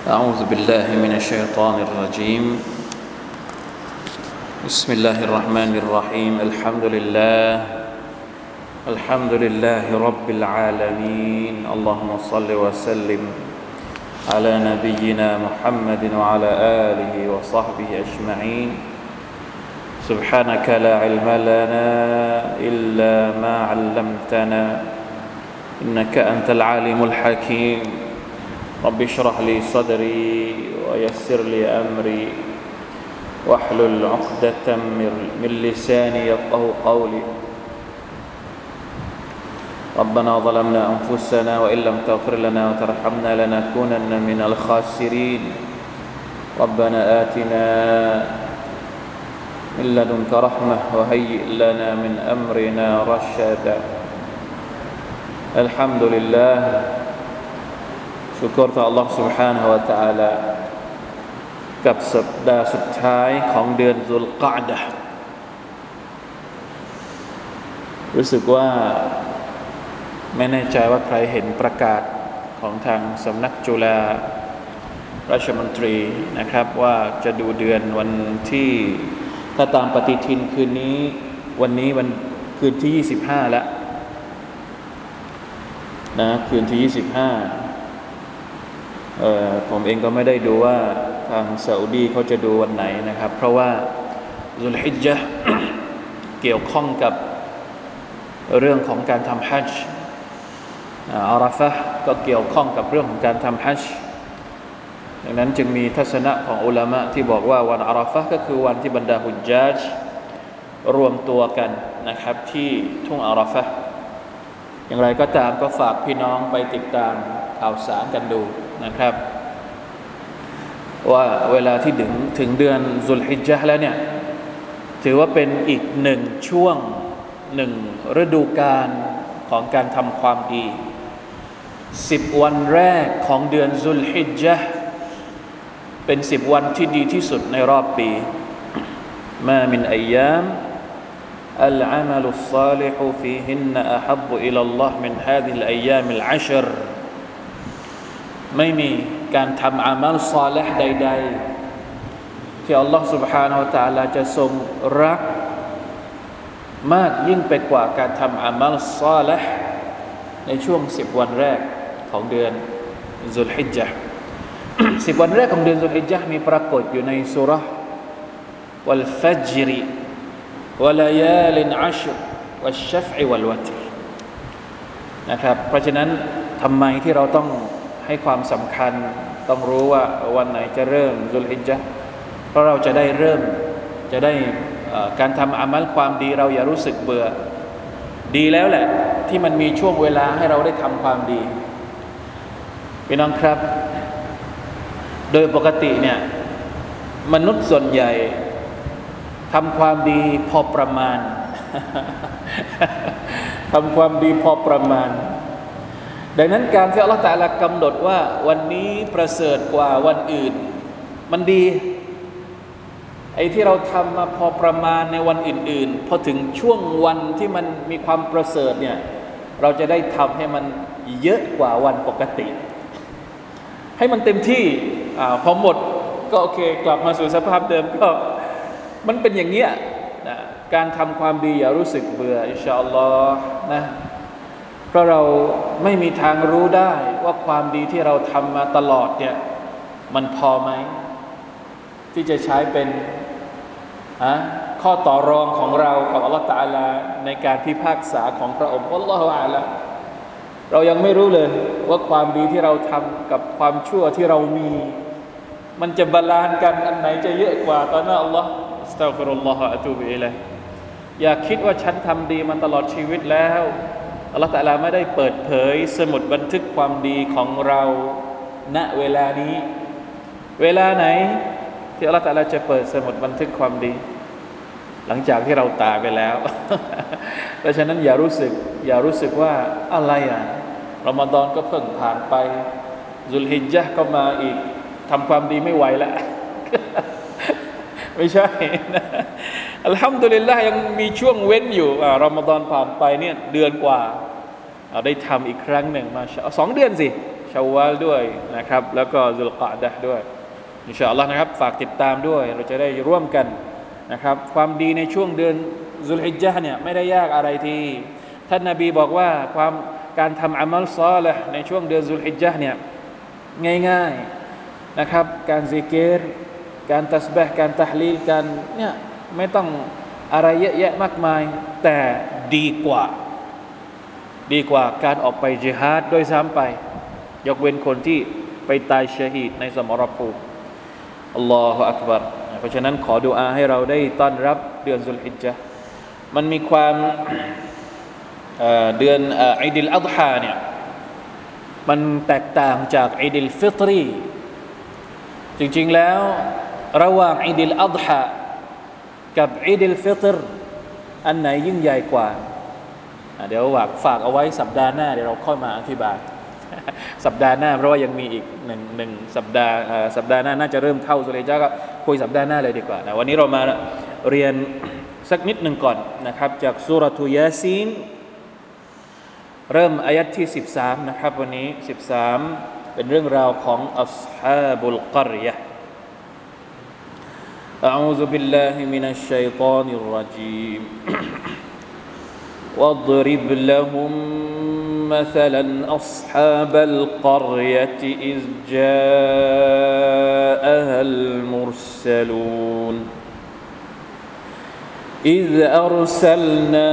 أعوذ بالله من الشيطان الرجيم بسم الله الرحمن الرحيم الحمد لله رب العالمين اللهم صل وسلم على نبينا محمد وعلى آله وصحبه أجمعين سبحانك لا علم لنا إلا ما علمتنا إنك أنت العليم الحكيم رب اشرح لي صدري ويسر لي أمري واحلل عقدة من لساني يفقهوا قولي ربنا ظلمنا أنفسنا وإن لم تغفر لنا وترحمنا لنكونن من الخاسرين ربنا آتنا من لدنك رحمة وهيئ لنا من أمرنا رشدا الحمد للهชุกรต่อ Allah سبحانه และ تعالى กับสัปดาห์สุดท้ายของเดือนซุลกออดะห์รู้สึกว่าไม่แน่ใจว่าใครเห็นประกาศของทางสำนักจุฬาราชมนตรีนะครับว่าจะดูเดือนวันที่ถ้าตามปฏิทินคืนนี้วันนี้วันคืนที่25แล้วนะคืนที่25ผมเองก็ไม่ได้ดูว่าทางซาอุดีเขาจะดูวันไหนนะครับเพราะว่าซุลฮิจญะห์ เกี่ยวข้องกับเรื่องของการทำฮัจญ์อาราฟะห์ก็เกี่ยวข้องกับเรื่องของการทำฮัจญ์ดังนั้นจึงมีทัศนะของอุลามะที่บอกว่าวันอาราฟะห์ก็คือวันที่บรรดาฮุจญาจรวมตัวกันนะครับที่ทุ่งอาราฟะห์อย่างไรก็ตามก็ฝากพี่น้องไปติดตามข่าวสารกันดูนะครับว่าเวลาที่ถึงเดือนซุลฮิจญะห์แล้วเนี่ยถือว่าเป็นอีกหนึ่งช่วงหนึ่งฤดูกาลของการทำความดี10วันแรกของเดือนซุลฮิจญะห์เป็น10วันที่ดีที่สุดในรอบปีมามินอัยยามالعمل الصالح فيهن أحب إلى الله من هذه الأيام العشر ไม่มีการทำอามัลศอลิห์ใดๆที่อัลลอฮฺ سبحانه และ تعالى จะทรงรักมากยิ่งไปกว่าการทำอามัลศอลิห์ในช่วง10วันแรกของเดือนซุลฮิจญะห์10วันแรกของเดือนซุลฮิจญะห์มีปรากฏอยู่ในซูเราะห์วัลฟัจรวะลายาลินอัชรวัชชัฟอิวัลวัตรนะครับเพราะฉะนั้นทำไมที่เราต้องให้ความสำคัญต้องรู้ว่าวันไหนจะเริ่มซุลฮิจญะห์เพราะเราจะได้เริ่มจะได้การทำอามัลความดีเราอย่ารู้สึกเบื่อดีแล้วแหละที่มันมีช่วงเวลาให้เราได้ทำความดีพี่น้องครับโดยปกติเนี่ยมนุษย์ส่วนใหญ่ทำความดีพอประมาณ ทำความดีพอประมาณดังนั้นการที่อัลเลาะห์ตะอาลากำหนดว่าวันนี้ประเสริฐกว่าวันอื่นมันดีไอ้ที่เราทำมาพอประมาณในวันอื่นๆพอถึงช่วงวันที่มันมีความประเสริฐเนี่ยเราจะได้ทำให้มันเยอะกว่าวันปกติให้มันเต็มที่พอหมดก็โอเคกลับมาสู่สภาพเดิมก็มันเป็นอย่างเงี้ยนะการทำความดีอย่ารู้สึกเบื่ออินชาอัลลอฮ์นะเพราะเราไม่มีทางรู้ได้ว่าความดีที่เราทำมาตลอดเนี่ยมันพอไหมที่จะใช้เป็นข้อต่อรองของเรากับอัลเลาะห์ตะอาลาในการพิพากษาของพระองค์อัลลอฮฺอาละเรายังไม่รู้เลยว่าความดีที่เราทำกับความชั่วที่เรามีมันจะบาลานซ์กันอันไหนจะเยอะกว่าต่อหน้าอัลลอฮฺอัสตัฆฟิรุลลอฮฺอะตูบิอิลัยฮิอย่าคิดว่าฉันทำดีมาตลอดชีวิตแล้วอัลลอฮฺตะอาลาไม่ได้เปิดเผยสมุดบันทึกความดีของเราณเวลานี้เวลาไหนที่อัลลอฮฺตะอาลาจะเปิดสมุดบันทึกความดีหลังจากที่เราตายไปแล้ว เพราะฉะนั้นอย่ารู้สึกว่าอะไรรอมฎอนก็เพิ่งผ่านไปซุลฮิจญะห์ก็มาอีกทำความดีไม่ไหวแล้ว ไม่ใช่นะอัลฮัมดุลิลละห์ยังมีช่วงเว้นอยู่รอมฎอนผ่านไปเนี่ยเดือนกว่าได้ทำอีกครั้งหนึ่งมาชาอัลลอฮ์2 เดือนสิชาวาลด้วยนะครับแล้วก็ซุลกะอ์ดะห์ด้วยอินชาอัลลอฮ์นะครับฝากติดตามด้วยเราจะได้ร่วมกันนะครับความดีในช่วงเดือนซุลฮิจญะห์เนี่ยไม่ได้ยากอะไรที่ท่านนบีบอกว่าการทำอามัลศอลิฮ์ในช่วงเดือนซุลฮิจญะห์เนี่ยง่ายๆนะครับการซิกิรการตัสบีห์การตะห์ลีลการเนี่ยไม่ต้องอะไรเยอะแยะมากมายแต่ดีกว่าการออกไปญิฮาดโดยซ้ำไปยกเว้นคนที่ไปตายชะฮีดในสมรภูมิอัลลอฮฺอักบัรเพราะฉะนั้นขอดุอาให้เราได้ต้อนรับเดือนซุลฮิจญะห์มันมีความเดือนอีดิลอัฎฮาเนี่ยมันแตกต่างจากอีดิลฟิตรีจริงๆแล้วระหว่างอีดิลอัฎฮากับอีดิลฟิตรอันไหนยิ่งใหญ่กว่าเดี๋ยวฝากเอาไว้สัปดาห์หน้าเดี๋ยวเราค่อยมาอธิบายสัปดาห์หน้าเพราะว่ายังมีอีกหนึ่งสัปดาห์หน้าน่าจะเริ่มเข้าซุลฮิจญะห์ก็คุยสัปดาห์หน้าเลยดีกว่านะวันนี้เรามาเรียนสักนิดหนึ่งก่อนนะครับจากซูเราะตุยาซีนเริ่มอายะห์ที่13นะครับวันนี้13เป็นเรื่องราวของอัศฮาบุลกอริยะห์อะอูซุบิลลาฮิมินัชชัยฏอนิรเราะญีมواضرب لهم مثلا أصحاب القرية إذ جاءها المرسلون إذ أرسلنا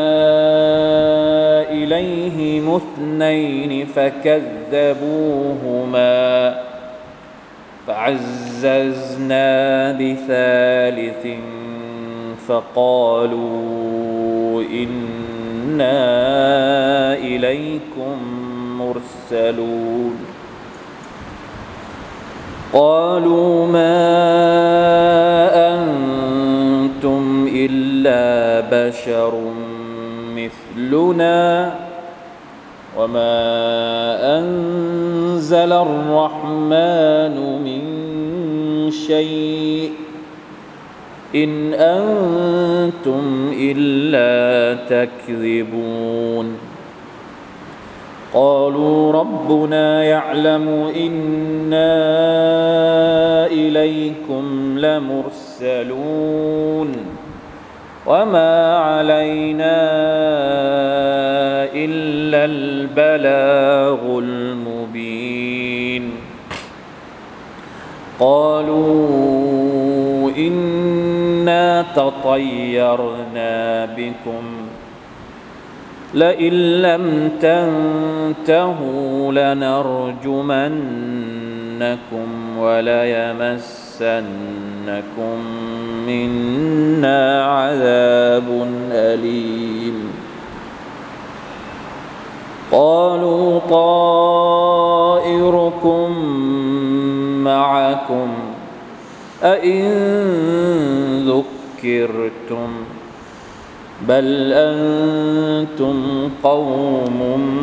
إليهم اثنين فكذبوهما فعززنا بثالث فقالوا إنا إليكم مرسلون قالوا ما أنتم إلا بشر مثلنا وما أنزل الرحمن من شيء إن أنتم إلا تكذبون قالوا ربنا يعلم إنا إليكم لمرسلون وما علينا إلا البلاغ المبين قالوا إنا تطيرنا بكم لئن لم تنتهوا لنرجمنكم وليمسنكم منا عذاب أليم قالوا طائركم معكم أئن ذكرتم بل أنتم قوم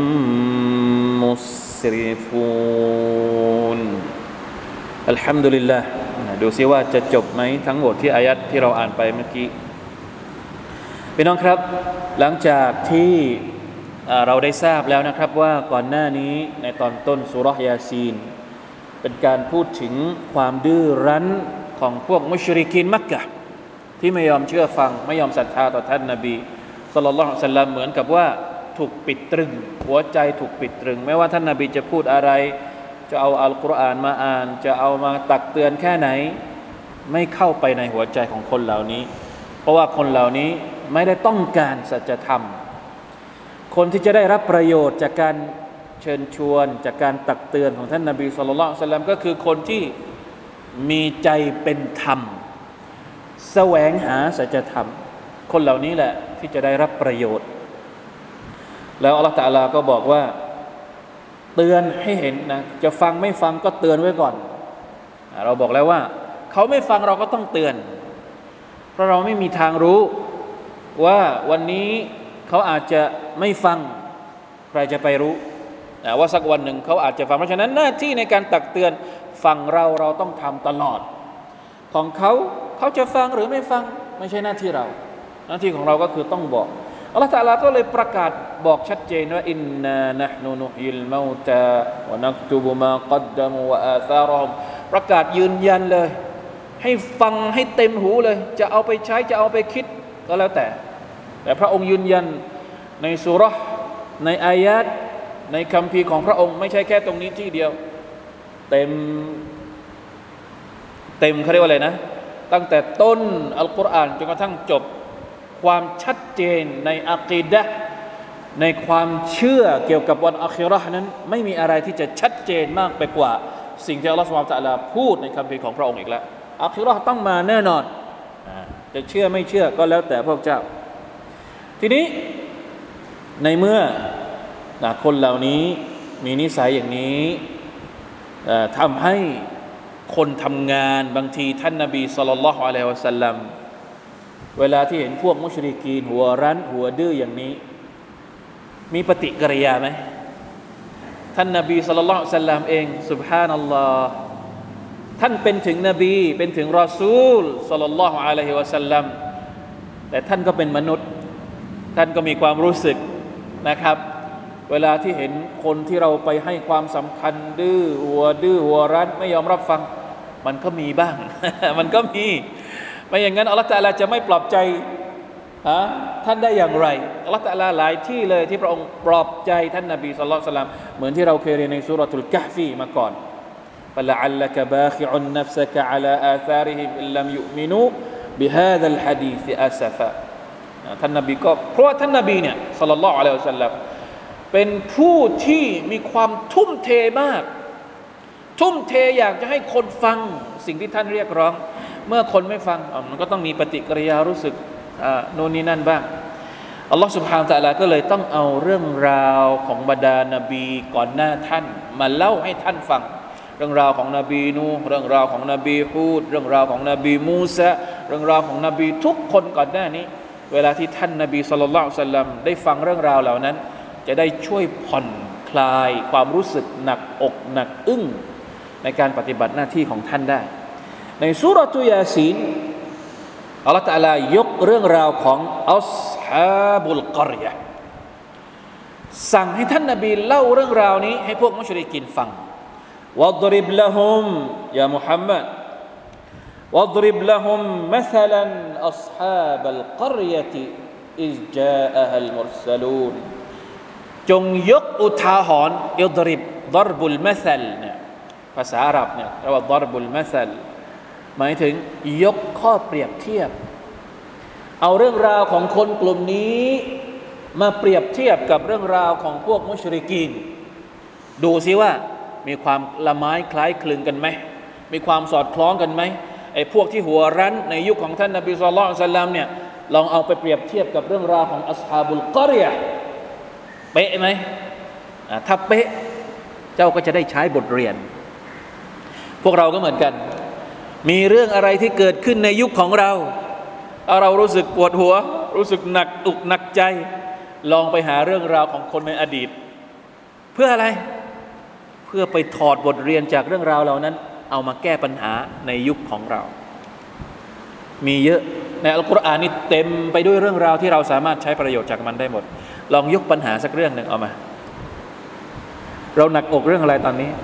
مسرفون الحمد لله ดูซิว่าจะจบไหมทั้งหมดที่อายัดที่เราอ่านไปเมื่อกี้พี่น้องครับหลังจากที่เราได้ทราบแล้วนะครับว่าก่อนหน้านี้ในตอนต้นซูเราะห์ยาซีนเป็นการพูดถึงความดื้อรั้นของพวกมุชริกีนมักกะฮ์ที่ไม่ยอมเชื่อฟังไม่ยอมศรัทธาต่อท่านนบีศ็อลลัลลอฮุอะลัยฮิวะซัลลัมเหมือนกับว่าถูกปิดตรึงหัวใจถูกปิดตรึงไม่ว่าท่านนบีจะพูดอะไรจะเอาอัลกุรอานมาอ่านจะเอามาตักเตือนแค่ไหนไม่เข้าไปในหัวใจของคนเหล่านี้เพราะว่าคนเหล่านี้ไม่ได้ต้องการสัจธรรมคนที่จะได้รับประโยชน์จากการเชิญชวนจากการตักเตือนของท่านนบีศ็อลลัลลอฮุอะลัยฮิวะซัลลัมก็คือคนที่มีใจเป็นธรรมแสวงหาสัจธรรมคนเหล่านี้แหละที่จะได้รับประโยชน์แล้วอัลเลาะห์ตะอาลาก็บอกว่าเตือนให้เห็นนะจะฟังไม่ฟังก็เตือนไว้ก่อนเราบอกแล้วว่าเขาไม่ฟังเราก็ต้องเตือนเพราะเราไม่มีทางรู้ว่าวันนี้เขาอาจจะไม่ฟังใครจะไปรู้ว่าสักวันหนึ่งเขาอาจจะฟังเพราะฉะนั้นหน้าที่ในการตักเตือนฟังเราต้องทำตลอดของเขาจะฟังหรือไม่ฟังไม่ใช่หน้าที่เราหน้าที่ของเราก็คือต้องบอกอัลลอฮฺตะอาลาก็เลยประกาศบอกชัดเจนว่าอินนานะห์นุนุฮิลเมาตาวะนักตุบุมากัดดามุวะอาซารอฮุมประกาศยืนยันเลยให้ฟังให้เต็มหูเลยจะเอาไปใช้จะเอาไปคิดก็แล้วแต่พระองค์ยืนยันในซูเราะห์ในอายะห์ในคัมภีร์ของพระองค์ไม่ใช่แค่ตรงนี้ที่เดียวเต็มเขาเรียกว่าอะไรนะตั้งแต่ต้นอัลกุรอานจนกระทั่งจบความชัดเจนในอะกีดะห์ในความเชื่อเกี่ยวกับวันอาคิเราะห์นั้นไม่มีอะไรที่จะชัดเจนมากไปกว่าสิ่งที่อัลลอฮฺซุบฮานะฮูวะตะอาลาพูดในคัมภีร์ของพระองค์อีกแล้วอาคิเราะห์ต้องมาแน่นอนจะเชื่อไม่เชื่อก็แล้วแต่พวกเจ้าทีนี้ในเมื่อคนเหล่านี้มีนิสัยอย่างนี้ทำให้คนทำงานบางทีท่านนบีศ็อลลัลลอฮุอะลัยฮิวะซัลลัมเวลาที่เห็นพวกมุชริกีนหัวรั้นหัวดื้ออย่างนี้มีปฏิกิริยาไหมท่านนบีศ็อลลัลลอฮุอะลัยฮิวะซัลลัมเองซุบฮานัลลอฮ์ท่านเป็นถึงนบีเป็นถึงรอซูลศ็อลลัลลอฮุอะลัยฮิวะซัลลัมแต่ท่านก็เป็นมนุษย์ท่านก็มีความรู้สึกนะครับเวลาที่เห็นคนที่เราไปให้ความสำคัญดื้อหัวรั้นไม่ยอมรับฟังมันก็มีบ้าง มันก็มีไม่อย่างนั้นอัลลอฮฺตะอาลาจะไม่ปลอบใจท่านได้อย่างไรอัลลอฮฺตะอาลาหลายที่เลยที่พระองค์ปลอบใจท่านนบีศ็อลลัลลอฮุอะลัยฮิวะซัลลัมเหมือนที่เราเคยเรียนในซูเราะตุลกะฮฟีมาก่อนفلعلك باخع نفسك على آثارهم إن لم يؤمنوا بهذا الحديث أسفا ท่านนบีก็เพราะว่าท่านนบีเนี่ยศ็อลลัลลอฮุอะลัยฮิวะซัลลัมเป็นผู้ที่มีความทุ่มเทมากทุ่มเทอยากจะให้คนฟังสิ่งที่ท่านเรียกร้องเมื่อคนไม่ฟังมันก็ต้องมีปฏิกิริยารู้สึกโน่นนี่นั่นบ้างอัลลอฮฺซุบฮานะฮูวะตะอาลาก็เลยต้องเอาเรื่องราวของบรรดานบีก่อนหน้าท่านมาเล่าให้ท่านฟังเรื่องราวของนบีนูห์เรื่องราวของนบีฮูดเรื่องราวของนบีมูซาเรื่องราวของนบีทุกคนก่อนหน้านี้เวลาที่ท่านนบีศ็อลลัลลอฮุอะลัยฮิวะซัลลัมได้ฟังเรื่องราวเหล่านั้นจะได้ช่วยผ่อนคลายความรู้สึกหนักอกหนักอึ้งในการปฏิบัติหน้าที่ของท่านได้ในซูเราะตุยาซีนอัลเลาะห์ตะอาลายกเรื่องราวของอัศฮาบุลกอรยะห์สั่งให้ท่านนบีเล่าเรื่องราวนี้ให้พวกมุชริกีนฟังวัดริบละฮุมยามุฮัมมัดวัดริบละฮุมมัซลันอัศฮาบัลกอรยะติอิซจาอะฮัลมุรซะลูนจงยกอุทาหรณ์อิดริบดรบุลมัซัลเนี่ยภาษาอาหรับเนี่ยเรียกว่าดรบุลมัซัลหมายถึงยกข้อเปรียบเทียบเอาเรื่องราวของคนกลุ่มนี้มาเปรียบเทียบกับเรื่องราวของพวกมุชริกีนดูซิว่ามีความละไม้คล้ายคลึงกันไหมมีความสอดคล้องกันไหมไอ้พวกที่หัวรั้นในยุคของท่านนบีศ็อลลัลลอฮุอะลัยฮิวะซัลลัมเนี่ยลองเอาไปเปรียบเทียบกับเรื่องราวของอัศฮาบุลกอรยะห์เป๊ะไหมถ้าเป๊ะเจ้าก็จะได้ใช้บทเรียนพวกเราก็เหมือนกันมีเรื่องอะไรที่เกิดขึ้นในยุคของเราเรารู้สึกปวดหัวรู้สึกหนักอกหนักใจลองไปหาเรื่องราวของคนในอดีตเพื่ออะไรเพื่อไปถอดบทเรียนจากเรื่องราวเหล่านั้นเอามาแก้ปัญหาในยุคของเรามีเยอะในอัลกุรอานนี่เต็มไปด้วยเรื่องราวที่เราสามารถใช้ประโยชน์จากมันได้หมดลองยกปัญหาสักเรื่องหนึ่งเอามาเราหนักอกเรื่องอะไรตอนนี้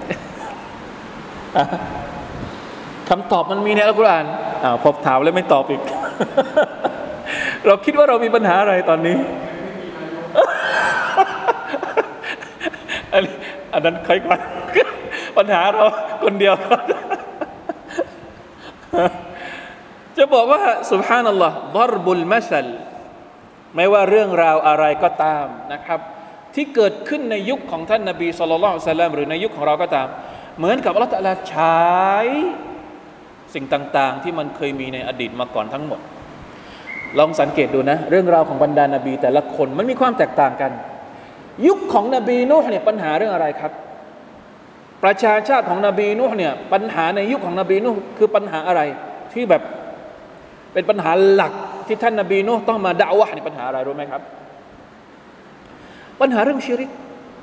คำตอบมันมีในอัลกุรอานพอถามแล้วไม่ตอบอีก เราคิดว่าเรามีปัญหาอะไรตอนนี้ อันนั้นใครกัน ปัญหาเราคนเดียว จะบอกว่าซุบฮานัลลอฮ์ดรบุลมัซัลไม่ว่าเรื่องราวอะไรก็ตามนะครับที่เกิดขึ้นในยุคของท่านนบีศ็อลลัลลอฮุอะลัยฮิวะซัลลัมหรือในยุคของเราก็ตามเหมือนกับอัลเลาะห์ตะอาลาใช้สิ่งต่างๆที่มันเคยมีในอดีตมาก่อนทั้งหมดลองสังเกตดูนะเรื่องราวของบรรดานบีแต่ละคนมันมีความแตกต่างกันยุคของนบีนูห์เนี่ยปัญหาเรื่องอะไรครับประชาชาติของนบีนูห์เนี่ยปัญหาในยุคของนบีนูห์คือปัญหาอะไรที่แบบเป็นปัญหาหลักที่ท่านนบีนูห์ต้องมาดะอ์วะห์ในปัญหาอะไรรู้ไหมครับปัญหาเรื่องชิริก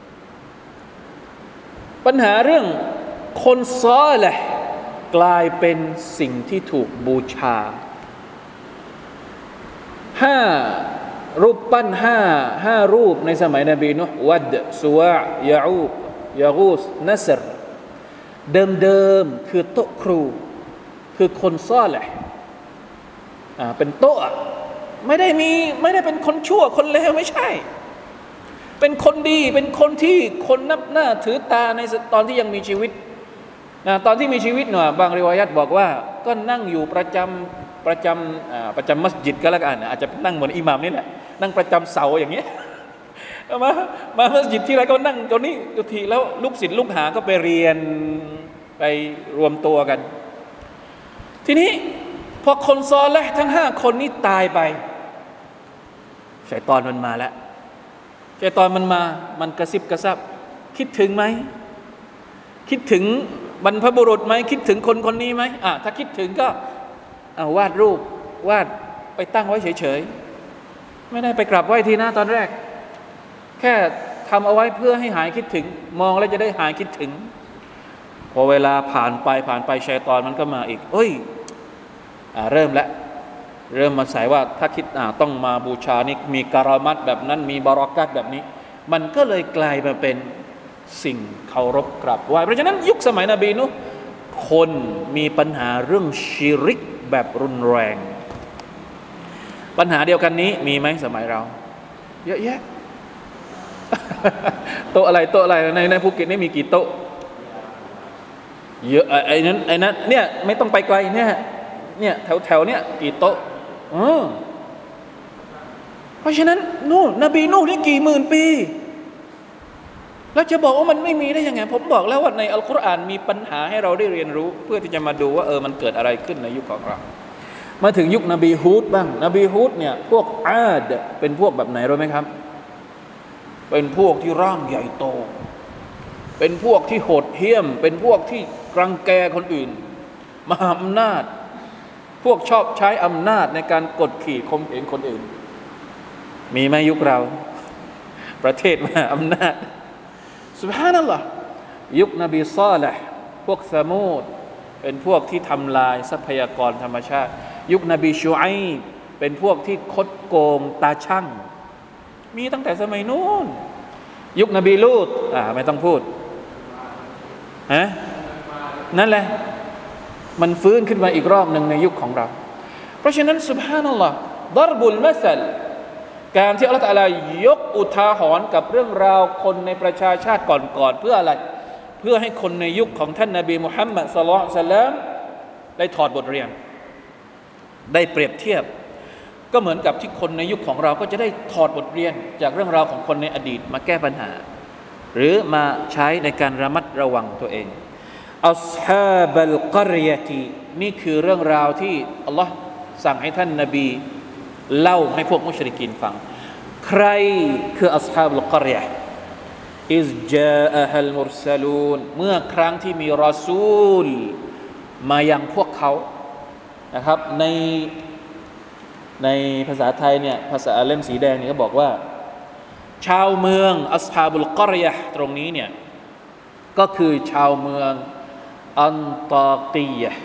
ปัญหาเรื่องคนซอลิห์กลายเป็นสิ่งที่ถูกบูชารูปปั้นห้ารูปในสมัยนบีนูห์วัดซุวะยะอูบยะกูสนัสรเดิมคือโต๊ะครูคือคนซ้อแหละเป็นโต๊ะไม่ได้เป็นคนชั่วคนเลวไม่ใช่เป็นคนดีเป็นคนที่คนนับหน้าถือตาในตอนที่ยังมีชีวิตตอนที่มีชีวิตหน่อยบางริวายัตบอกว่าก็นั่งอยู่ประจำมัสยิดก็แล้วกันอาจจะนั่งเหมือนอิหม่ามนี่แหละนั่งประจำเสาอย่างเงี้ยมามัสยิดที่ไรก็นั่งตรงนี้ทุกทีแล้วลูกศิษย์ลูกหาก็ไปเรียนไปรวมตัวกันทีนี้พอคนซอเลห์ทั้ง5คนนี้ตายไปชัยฏอนมันมาแล้วชัยฏอนมันกระซิบกระซาบคิดถึงไหมคิดถึงบรรพบุรุษไหมคิดถึงคนนี้ไหมถ้าคิดถึงก็วาดรูปวาดไปตั้งไว้เฉยๆไม่ได้ไปกราบไหว้ทีนะตอนแรกแค่ทำเอาไว้เพื่อให้หายคิดถึงมองแล้วจะได้หายคิดถึงพอเวลาผ่านไปชัยฏอนมันก็มาอีกเริ่มมาใส่ว่าถ้าคิดต้องมาบูชานี่มีการามัตแบบนั้นมีบารอกัตแบบนี้มันก็เลยกลายมาเป็นสิ่งเคารพกราบไหว้เพราะฉะนั้นยุคสมัยนบีนูห์คนมีปัญหาเรื่องชิริกแบบรุนแรงปัญหาเดียวกันนี้มีไหมสมัยเราเยอะแยะ โต๊ะอะไรในภูเก็ตนี่มีกี่โต๊ะเยอะไอ้นั้นเนี่ยไม่ต้องไปไกลเนี่ยแถวเนี่ยกี่โต๊ะเพราะฉะนั้นนบีนูห์นี่กี่หมื่นปีแล้วจะบอกว่ามันไม่มีได้ยังไงผมบอกแล้วว่าในอัลกุรอานมีปัญหาให้เราได้เรียนรู้เพื่อที่จะมาดูว่ามันเกิดอะไรขึ้นในยุคของเรามาถึงยุคนบีฮูดบ้างนบีฮูดเนี่ยพวกอาดเป็นพวกแบบไหนรู้ไหมครับเป็นพวกที่ร่างใหญ่โตเป็นพวกที่โหดเหี้ยมเป็นพวกที่รังแกคนอื่นมหาอำนาจพวกชอบใช้อำนาจในการกดขี่ข่มเหงคนอื่นมีไหมยุคเราประเทศมหาอำนาจซุบฮานัลลอฮ์ยุคนบีซอลิห์พวกซะมูดเป็นพวกที่ทำลายทรัพยากรธรรมชาติยุคนบีชูอัยบเป็นพวกที่คดโกงตาช่างมีตั้งแต่สมัยนู้นยุคนบีลูตไม่ต้องพูดนั่นแหละมันฟื้นขึ้นมาอีกรอบหนึ่งในยุคของเราเพราะฉะนั้นซุบฮานัลลอฮ์ดรบุลมัสัลการที่อัลเลาะห์ตะอาลายกอุทาหรณ์กับเรื่องราวคนในประชาชาติก่อนๆเพื่ออะไรเพื่อให้คนในยุคของท่านนบีมุฮัมมัดศ็อลลัลลอฮุอะลัยฮิวะซัลลัมได้ถอดบทเรียนได้เปรียบเทียบก็เหมือนกับที่คนในยุคของเราก็จะได้ถอดบทเรียนจากเรื่องราวของคนในอดีตมาแก้ปัญหาหรือมาใช้ในการระมัดระวังตัวเองอัศฮาบัลกอริยะตีนี่คือเรื่องราวที่อัลลอฮ์สั่งให้ท่านนบีเล่าให้พวกมุชริกีนฟังใครคืออัศฮาบุลกอริยะอิซจาอะฮัลมุรซะลูนเมื่อครั้งที่มีรอซูลมายังพวกเขานะครับในภาษาไทยเนี่ยภาษาเล่มสีแดงเนี่ยก็บอกว่าชาวเมืองอัศฮาบุลกอริยะตรงนี้เนี่ยก็คือชาวเมืองอันตากียะ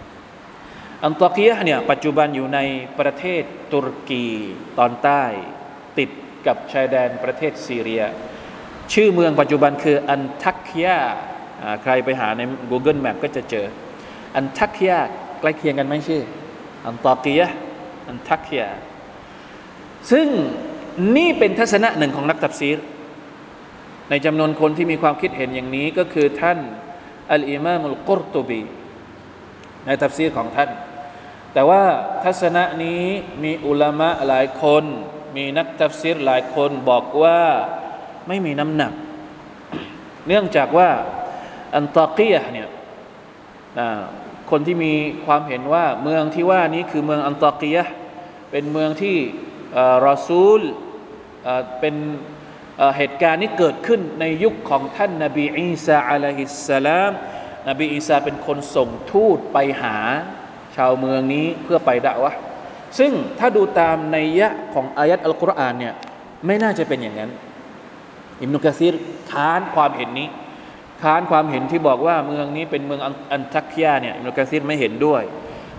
เนี่ยปัจจุบันอยู่ในประเทศตุรกีตอนใต้ติดกับชายแดนประเทศซีเรียชื่อเมืองปัจจุบันคืออันทักยาใครไปหาใน Google Map ก็จะเจออันทักยาใกล้เคียงกันไหมชื่ออันตากียะอันทักยาซึ่งนี่เป็นทัศนะหนึ่งของนักตัฟซีรในจำนวนคนที่มีความคิดเห็นอย่างนี้ก็คือท่านอัลอิมามอัลกุรตุบีในตัฟซีรของท่านแต่ว่าทัศนะนี้มีอุลามะหลายคนมีนักตัฟซีรหลายคนบอกว่าไม่มีน้ำหนักเนื่องจากว่าอันตากียะเนี่ยคนที่มีความเห็นว่าเมืองที่ว่านี้คือเมืองอันตากียะเป็นเมืองที่รอซูลเป็นเหตุการณ์นี้เกิดขึ้นในยุคของท่านนบีอีสาอะลัยฮิสสลามนบีอีสาเป็นคนส่งทูตไปหาชาวเมืองนี้เพื่อไปดะวะห์ซึ่งถ้าดูตามนัยยะของอายัดอัลกุรอานเนี่ยไม่น่าจะเป็นอย่างนั้นอิบนุกะซีรค้านความเห็นนี้ค้านความเห็นที่บอกว่าเมืองนี้เป็นเมืองอันทักยาเนี่ยอิบนุกะซีรไม่เห็นด้วย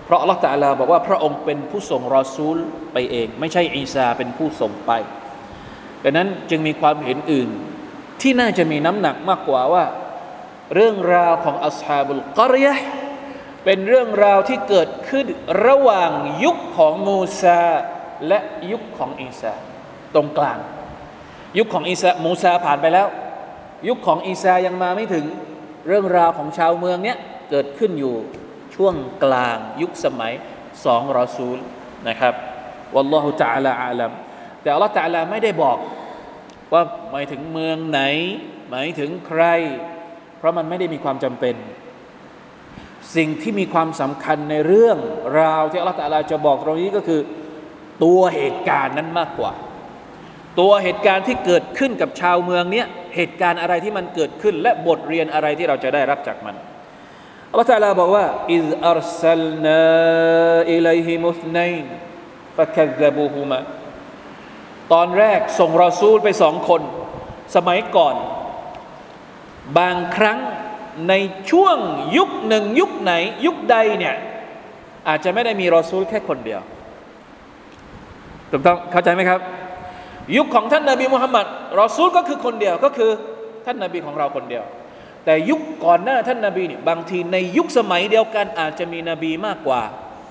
เพราะอัลลอฮฺตะอาลาบอกว่าพระองค์เป็นผู้ส่งรอซูลไปเองไม่ใช่อีซาเป็นผู้ส่งไปดังนั้นจึงมีความเห็นอื่นที่น่าจะมีน้ำหนักมากกว่าว่าเรื่องราวของอัศฮาบุลกอริยะห์เป็นเรื่องราวที่เกิดขึ้นระหว่างยุคของมูซาและยุคของอีซาตรงกลางยุคของมูซาผ่านไปแล้วยุคของอีซายังมาไม่ถึงเรื่องราวของชาวเมืองเนี้ยเกิดขึ้นอยู่ช่วงกลางยุคสมัยสองรอซูลนะครับวัลลอฮุตะอาลาอาลัมแต่อัลเลาะห์ตะอาลาไม่ได้บอกว่าหมายถึงเมืองไหนหมายถึงใครเพราะมันไม่ได้มีความจำเป็นสิ่งที่มีความสำคัญในเรื่องราวที่อัลเลาะห์ตะอาลาจะบอกตรงนี้ก็คือตัวเหตุการณ์นั้นมากกว่าตัวเหตุการณ์ที่เกิดขึ้นกับชาวเมืองเนี้ยเหตุการณ์อะไรที่มันเกิดขึ้นและบทเรียนอะไรที่เราจะได้รับจากมันอัลเลาะห์ตะอาลาบอกว่าอิซอัรซัลนาอิลัยฮิมุสนัยน์ฟะคัซซะบูฮุมาตอนแรกส่งรอซูลไป2 คนสมัยก่อนบางครั้งในช่วงยุคหนึ่งยุคไหนยุคใดเนี่ยอาจจะไม่ได้มีรอซูลแค่คนเดียวถูกต้องเข้าใจไหมครับยุคของท่านนบีมุฮัมมัดรอซูลก็คือคนเดียวก็คือท่านนบีของเราคนเดียวแต่ยุคก่อนหน้าท่านนบีเนี่ยบางทีในยุคสมัยเดียวกันอาจจะมีนบีมากกว่า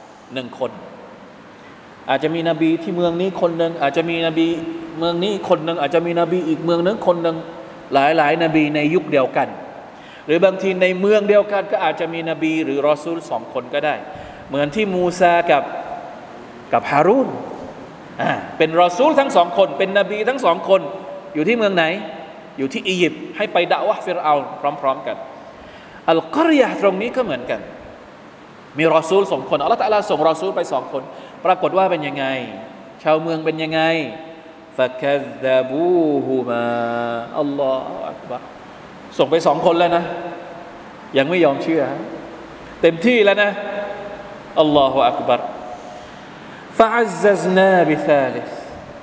1 คนอาจจะมีนบีที่เมืองนี้คนหนึ่งอาจจะมีนบีเมืองนี้คนหนึ่งอาจจะมีนบีอีกเมืองนึงคนหนึ่งหลายนบีในยุคเดียวกันหรือบางทีในเมืองเดียวกันก็อาจจะมีนบีหรือรอซูล2 คนก็ได้เหมือนที่มูซากับฮารูนเป็นรอซูลทั้ง2 คนเป็นนบีทั้ง2 คนอยู่ที่เมืองไหนอยู่ที่อียิปต์ให้ไปดะอ์วะห์ฟิรเอาน์พร้อมๆกันอัลกอริยะห์ตรงนี้ก็เหมือนกันมีรอซูล2 คนอัลเลาะห์ตะอาลาส่งรอซูลไป2 คนปรากฏว่าเป็นยังไงชาวเมืองเป็นยังไงฟะคัซซะบูฮุมาอัลลอฮฺอักบัรส่งไป2 คนแล้วนะยังไม่ยอมเชื่อเต็มที่แล้วนะอัลลอฮฺอักบัรฟะอัซซัซนาบิซาลิส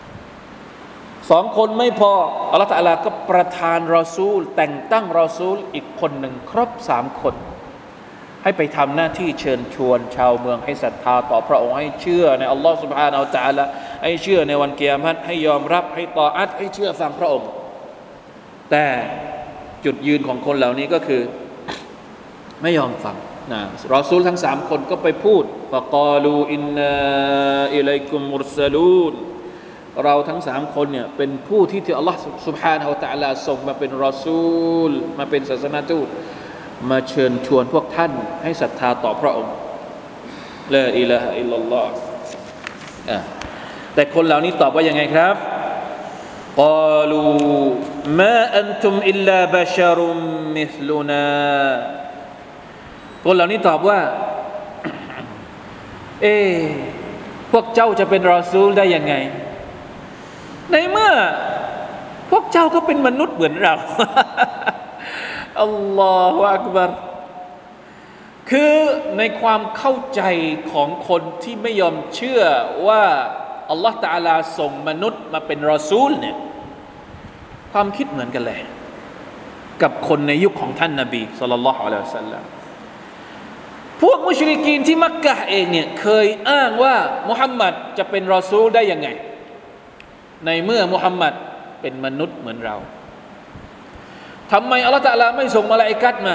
2 คนไม่พออัลเลาะห์ตะอาลาก็ประทานรอซูลแต่งตั้งรอซูลอีกคนหนึ่งครบ3 คนให้ไปทำหน้าที่เชิญชวนชาวเมืองให้ศรัทธาต่อพระองค์ให้เชื่อในอัลลอฮฺซุบฮานะฮูวะตะอาลาให้เชื่อในวันกิยามะฮ์ให้ยอมรับให้ตออะฮ์ให้เชื่อฟังพระองค์แต่จุดยืนของคนเหล่านี้ก็คือไม่ยอมฟังนะรอซูลทั้ง3 คนก็ไปพูดฟะกาลูอินนาอิลัยกุมมุรซะลูนเราทั้ง3 คนเนี่ยเป็นผู้ที่อัลลอฮฺซุบฮานะฮูวะตะอาลาส่งมาเป็นรอซูลมาเป็นศาสนทูตมาเชิญชวนพวกท่านให้ศรัทธาต่อพระองค์ลาอิลาฮะอิลลัลลอฮ์แต่คนเหล่านี้ตอบว่ายังไงครับกาลูมาอันตุมอิลลาบะชารุมมิสลุนาคนเหล่านี้ตอบว่าพวกเจ้าจะเป็นรอซูลได้ยังไงในเมื่อพวกเจ้าก็เป็นมนุษย์เหมือนเราอัลลอฮฺอักบัรคือในความเข้าใจของคนที่ไม่ยอมเชื่อว่าอัลลอฮฺตะอาลาส่งมนุษย์มาเป็นรอซูลเนี่ยความคิดเหมือนกันเลยกับคนในยุคของท่านนบีศ็อลลัลลอฮุอะลัยฮิวะซัลลัมพวกมุชริกีนที่มักกะฮ์เองเนี่ยเคยอ้างว่ามุฮัมมัดจะเป็นรอซูลได้ยังไงในเมื่อมุฮัมมัดเป็นมนุษย์เหมือนเราทำไมอัลลอฮฺตะอาลาไม่ส่งมลาอิกะฮ์มา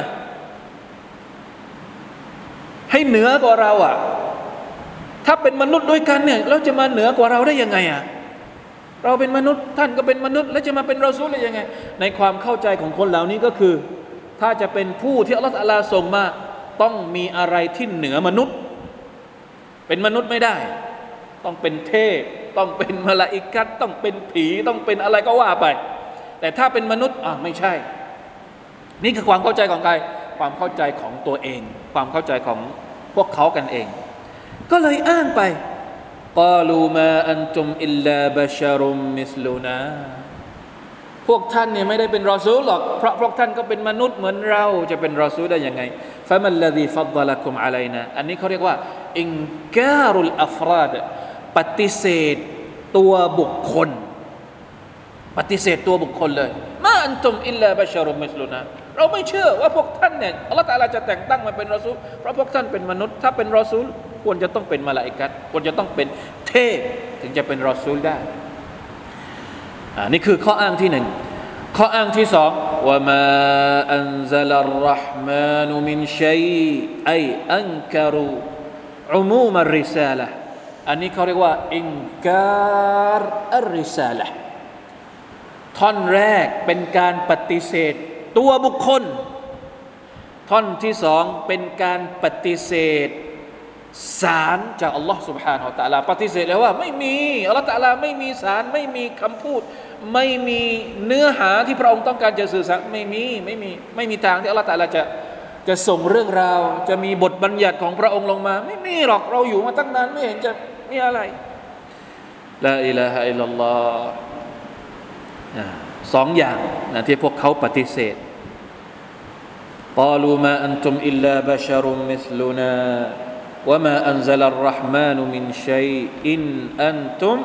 ให้เหนือกว่าเราอ่ะถ้าเป็นมนุษย์ด้วยกันเนี่ยเราจะมาเหนือกว่าเราได้ยังไงอ่ะเราเป็นมนุษย์ท่านก็เป็นมนุษย์แล้วจะมาเป็นรอซูลได้ยังไงในความเข้าใจของคนเหล่านี้ก็คือถ้าจะเป็นผู้ที่อัลลอฮฺตะอาลาส่งมาต้องมีอะไรที่เหนือมนุษย์เป็นมนุษย์ไม่ได้ต้องเป็นเทพต้องเป็นมลาอิกะฮ์ต้องเป็นผีต้องเป็นอะไรก็ว่าไปแต่ถ้าเป็นมนุษย์ไม่ใช่นี่คือความเข้าใจของใครความเข้าใจของตัวเองความเข้าใจของพวกเขากันเองก็เลยอ้างไปกาลูมาอันตุมอิลลาบะชารุมมิสลูนาพวกท่านเนี่ยไม่ได้เป็นรอซูลหรอกเพราะพวกท่านก็เป็นมนุษย์เหมือนเราจะเป็นรอซูลได้ยังไงฟะมัลลซีฟัฎฎละกุมอะลัยนาอันนี้เขาเรียกว่าอินการุลอัฟราดปฏิเสธตัวบุคคลปฏิเสธตัวบุคคลเลยมาอันตุมอิลลาบะชารุมมิสลูนาเราไม่เชื่อว่าพวกท่านเนี่ยอัลเลาะห์ตะอาลาจะแต่งตั้งมาเป็นรอซูลเพราะพวกท่านเป็นมนุษย์ถ้าเป็นรอซูลควรจะต้องเป็นมลาอิกัตควรจะต้องเป็นเทพถึงจะเป็นรอซูลได้นี่คือข้ออ้างที่หนึ่งข้ออ้างที่สองวะมาอันซะลัรเราะห์มานุมินชัยไออันกะรูอุมูมัรริซาละห์อันนี้เขาเรียกว่าอินการอัรริซาละห์ท่อนแรกเป็นการปฏิเสธตัวบุคคลท่อนที่สองเป็นการปฏิเสธสารจากอัลลอฮ์ سبحانه และ تعالى ปฏิเสธเลยว่าไม่มีอัลลอฮ์ تعالى ไม่มีสารไม่มีคำพูดไม่มีเนื้อหาที่พระองค์ต้องการจะสื่อสารไม่มีทางที่อัลลอฮ์ تعالى จะส่งเรื่องราวจะมีบทบัญญัติของพระองค์ลงมาไม่มีหรอกเราอยู่มาตั้งนานไม่เห็นจะมีอะไรลาอิลาฮะอิลลัลลอฮ์สองอย่างนะที่พวกเขาปฏิเสธقالوا ما أنتم إلا بشر مثلنا وما أنزل الرحمن من شيء إن أنتم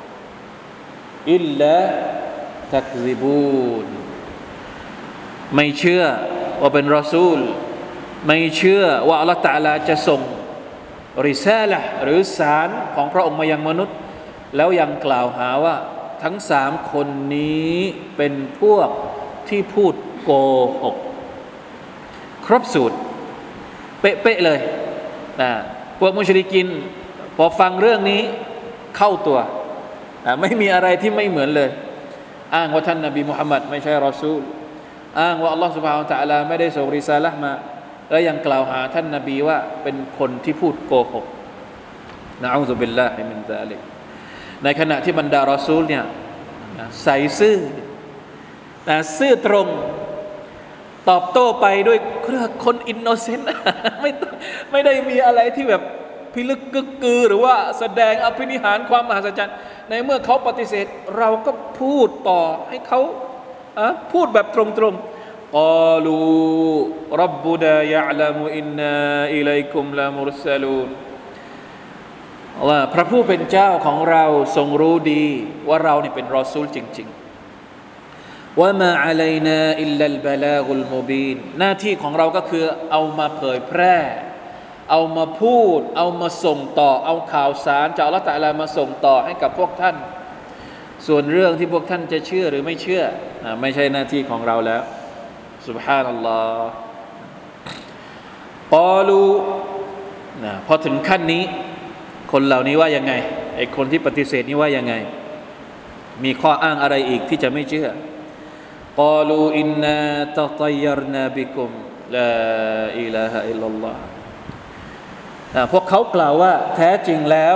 إلا تكذبون ไม่เชื่อว่าเป็นรอซูลไม่เชื่อว่าอัลเลาะห์ตะอาลาจะส่งริซาละห์หรือสารของพระองค์มายังมนุษย์แล้วยังกล่าวหาว่าทั้งสามคนนี้เป็นพวกที่พูดโกหกครบสูตรเป๊ะๆเลยนะพวกมุชริกีนพอฟังเรื่องนี้เข้าตัวไม่มีอะไรที่ไม่เหมือนเลยอ้างว่าท่านนบีมุฮัมมัดไม่ใช่รอซูลอ้างว่าอัลลอฮฺซุบฮานะฮูวะตะอาลาไม่ได้ส่งริซาละห์มาและยังกล่าวหาท่านนบีว่าเป็นคนที่พูดโกหกนะอูซุบิลลาฮิมินซาลิกในขณะที่บรรดารอซูลเนี่ยใส่ซื่อตรงตอบโต้ไปด้วยคนอินโนเซนต์ไม่ได้มีอะไรที่แบบพิลึกกึกกือหรือว่าแสดงอภินิหารความมหัศจรรย์ในเมื่อเขาปฏิเสธเราก็พูดต่อให้เขาพูดแบบตรงๆกาลูร็อบบุนายะละมุอินนาอิลัยกุมละมุรสลูนว่าพระผู้เป็นเจ้าของเราทรงรู้ดีว่าเราเนี่ยเป็นรอซูลจริงๆว่ามาอะลัยนาอิลลัลบะลากุลมุบีนหน้าที่ของเราก็คือเอามาเผยแพร่เอามาพูดเอามาส่งต่อเอาข่าวสารจากอัลเลาะห์ตะอาลามาส่งต่อให้กับพวกท่านส่วนเรื่องที่พวกท่านจะเชื่อหรือไม่เชื่อไม่ใช่หน้าที่ของเราแล้วซุบฮานัลลอฮ์กาลูพอถึงขั้นนี้คนเหล่านี้ว่ายังไงไอ้คนที่ปฏิเสธนี่ว่ายังไงมีข้ออ้างอะไรอีกที่จะไม่เชื่อกาลูอินนาตะตัยยรนาบิกุมลาอิลาฮะอิลลัลลอฮ์พวกเขากล่าวว่าแท้จริงแล้ว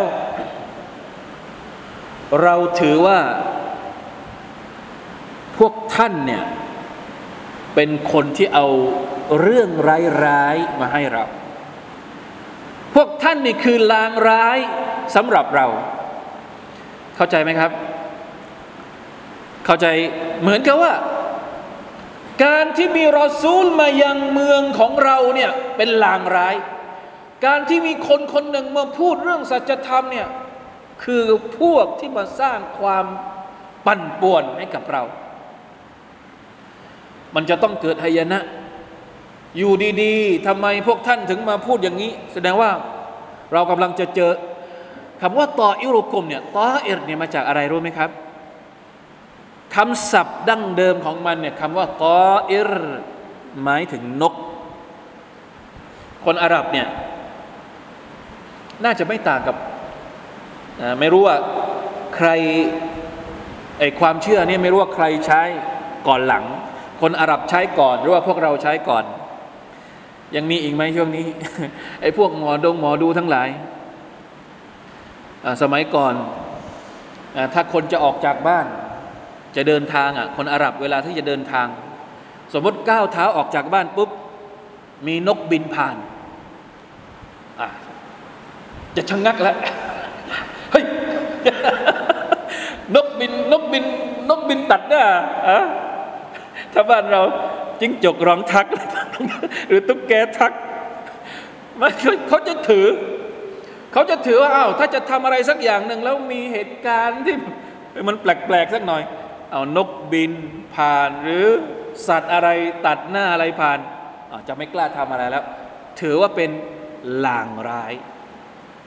เราถือว่าพวกท่านเนี่ยเป็นคนที่เอาเรื่องร้ายๆมาให้เราพวกท่านนี่คือลางร้ายสำหรับเราเข้าใจไหมครับเข้าใจเหมือนกับว่าการที่มีรอซูลมายังเมืองของเราเนี่ยเป็นลางร้ายการที่มีคนคนหนึ่งมาพูดเรื่องสัจธรรมเนี่ยคือพวกที่มาสร้างความปั่นป่วนให้กับเรามันจะต้องเกิดหายนะอยู่ดีๆทำไมพวกท่านถึงมาพูดอย่างนี้แสดงว่าเรากำลังจะเจอคำว่าตออิรุกุมเนี่ยตออิรเนี่ยมาจากอะไรรู้ไหมครับคำศัพท์ดั้งเดิมของมันเนี่ยคำว่าตออิรหมายถึงนกคนอาหรับเนี่ยน่าจะไม่ต่างกับไม่รู้ว่าใครความเชื่อนี่ไม่รู้ว่าใครใช้ก่อนหลังคนอาหรับใช้ก่อนหรือว่าพวกเราใช้ก่อนยังมีอีกไหมช่วงนี้ ไอ้พวกหมอดูทั้งหลายสมัยก่อนถ้าคนจะออกจากบ้านจะเดินทางคนอาหรับเวลาที่จะเดินทางสมมติก้าวเท้าออกจากบ้านปุ๊บมีนกบินผ่านจะชะงักแล้วเฮ้ย นกบินตัดหน้าถ้าบ้านเราจิ้งจกร้องทักหรือตุ๊กแกทักเขาจะถือว่าอ้าวถ้าจะทำอะไรสักอย่างหนึ่งแล้วมีเหตุการณ์ที่มันแปลกๆสักหน่อยเอานกบินผ่านหรือสัตว์อะไรตัดหน้าอะไรผ่านจะไม่กล้าทำอะไรแล้วถือว่าเป็นลางร้าย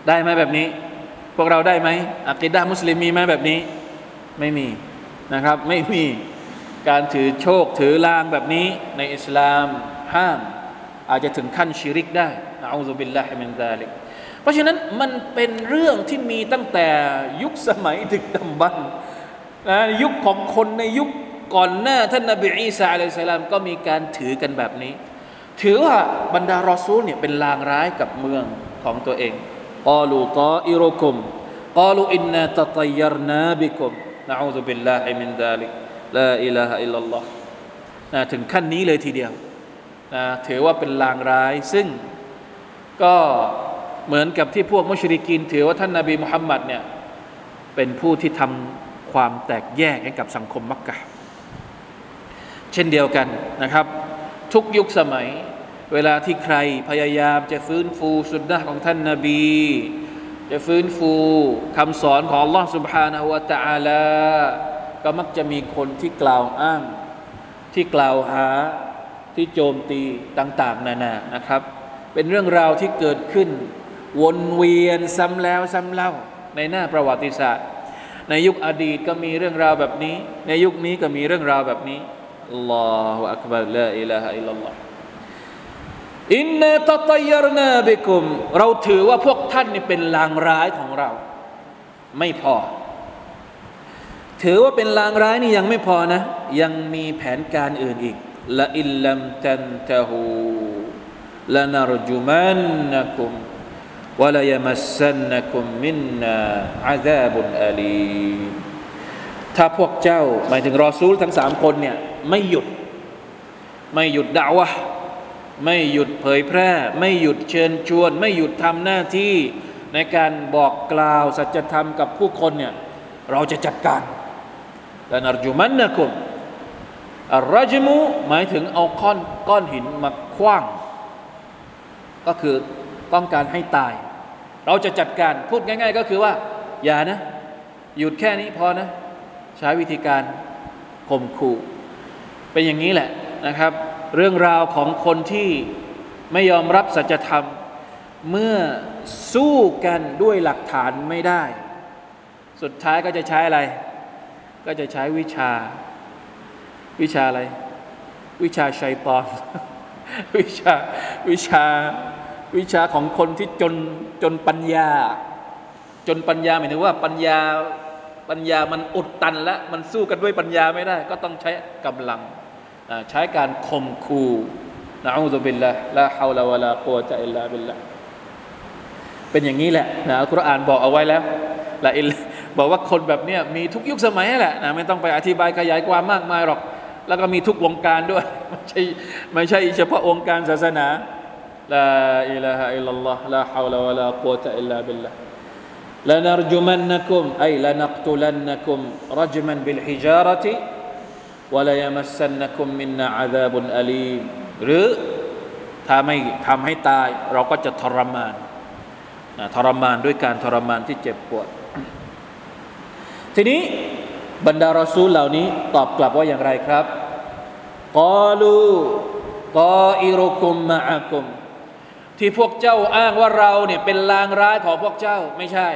ได้ไหมแบบนี้พวกเราได้ไหมอะกีดะห์มุสลิมมีไหมแบบนี้ไม่มีนะครับไม่มีการถือโชคถือลางแบบนี้ในอิสลามห้ามอาจจะถึงขั้นชิริกได้นะอูซุบิลลาฮิมินซาลิกเพราะฉะนั้นมันเป็นเรื่องที่มีตั้งแต่ยุคสมัยดึกดำบรรพ์นะยุคของคนในยุคก่อนหน้าท่านนบีอีสาอะลัยฮิสสลามก็มีการถือกันแบบนี้ถือว่าบรรดารอซูลเนี่ยเป็นลางร้ายกับเมืองของตัวเองกอลูตออิรุกุมกอลูอินนาตะตัยรนาบิกุมนะอูซุบิลลาฮิมินซาลิกลาอิลาฮะอิลลัลลอฮ์ถึงขั้นนี้เลยทีเดียวถือว่าเป็นลางร้ายซึ่งก็เหมือนกับที่พวกมุชริกีนถือว่าท่านนบีมุฮัมมัดเนี่ยเป็นผู้ที่ทำความแตกแยกให้กับสังคมมักกะฮ์เช่นเดียวกันนะครับทุกยุคสมัยเวลาที่ใครพยายามจะฟื้นฟูสุนนะห์ของท่านนบีจะฟื้นฟูคำสอนของ Allah سبحانه และ تعالى ก็มักจะมีคนที่กล่าวอ้างที่กล่าวหาที่โจมตีต่างๆนานานะครับเป็นเรื่องราวที่เกิดขึ้นวนเวียนซ้ำแล้วซ้ำเล่าในหน้าประวัติศาสตร์ในยุคอดีตก็มีเรื่องราวแบบนี้ในยุคนี้ก็มีเรื่องราวแบบนี้อัลลอฮฺอักบัรลาอิลาฮะอิลลัลลอฮฺอินนาตะตัยรนาบิกุมเราถือว่าพวกท่านนี่เป็นลางร้ายของเราไม่พอถือว่าเป็นลางร้ายนี่ยังไม่พอนะยังมีแผนการอื่นอีกละอิลลัมตันตะฮูลานารจุมันนะกุมวะลายมัสซันนะกุมมินนาอะซาบุนอาลีมถ้าพวกเจ้าหมายถึงรอซูลทั้ง3คนเนี่ยไม่หยุดดะอวะห์ไม่หยุดเผยแพร่ไม่หยุดเชิญชวนไม่หยุดทำหน้าที่ในการบอกกล่าวสัจธรรมกับผู้คนเนี่ยเราจะจัดการลานารจุมันนะกุมอัรรจมุหมายถึงเอาก้อนหินมาขว้างก็คือต้องการให้ตายเราจะจัดการพูดง่ายๆก็คือว่าอย่านะหยุดแค่นี้พอนะใช้วิธีการข่มขู่เป็นอย่างนี้แหละนะครับเรื่องราวของคนที่ไม่ยอมรับสัจธรรมเมื่อสู้กันด้วยหลักฐานไม่ได้สุดท้ายก็จะใช้อะไรก็จะใช้วิชาอะไรวิชาชัยฏอน วิชาของคนที่จนปัญญาหมายถึงว่าปัญญามันอุดตันแล้วมันสู้กันด้วยปัญญาไม่ได้ก็ต้องใช้กำลังใช้การข่มขู่นะอูซุบิลลาฮ์ลาฮาวลาวะลากุวะตะอิลลาบิลลาฮ์เป็นอย่างนี้แหละนะอัลกุรอานบอกเอาไว้แล้วบอกว่าคนแบบเนี้ยมีทุกยุคสมัยแหละนะไม่ต้องไปอธิบายขยายความมากมายหรอกแล้วก็มีทุกวงการด้วยไม่ใช่เฉพาะวงการศาสนาลาอิลาฮะอิลลัลลอฮ์ลาฮาวลาวะลากุวะตะอิลลาบิลลาฮ์لنرجمنكم أي لنقتلنكم رجما بالحجارة وليمسنكم منا عذاب أليم หรือถ้าไม่ทำให้ตายเราก็จะทรมานด้วยการทรมานที่เจ็บปวดทีนี้บรรดารอซูลเหล่านี้ตอบกลับว่าอย่างไรครับกอลูตออิรุกุมมะอะกุมที่พวกเจ้าอ้างว่าเราเนี่ยเป็นลางร้ายของพวกเจ้าไม่ใช่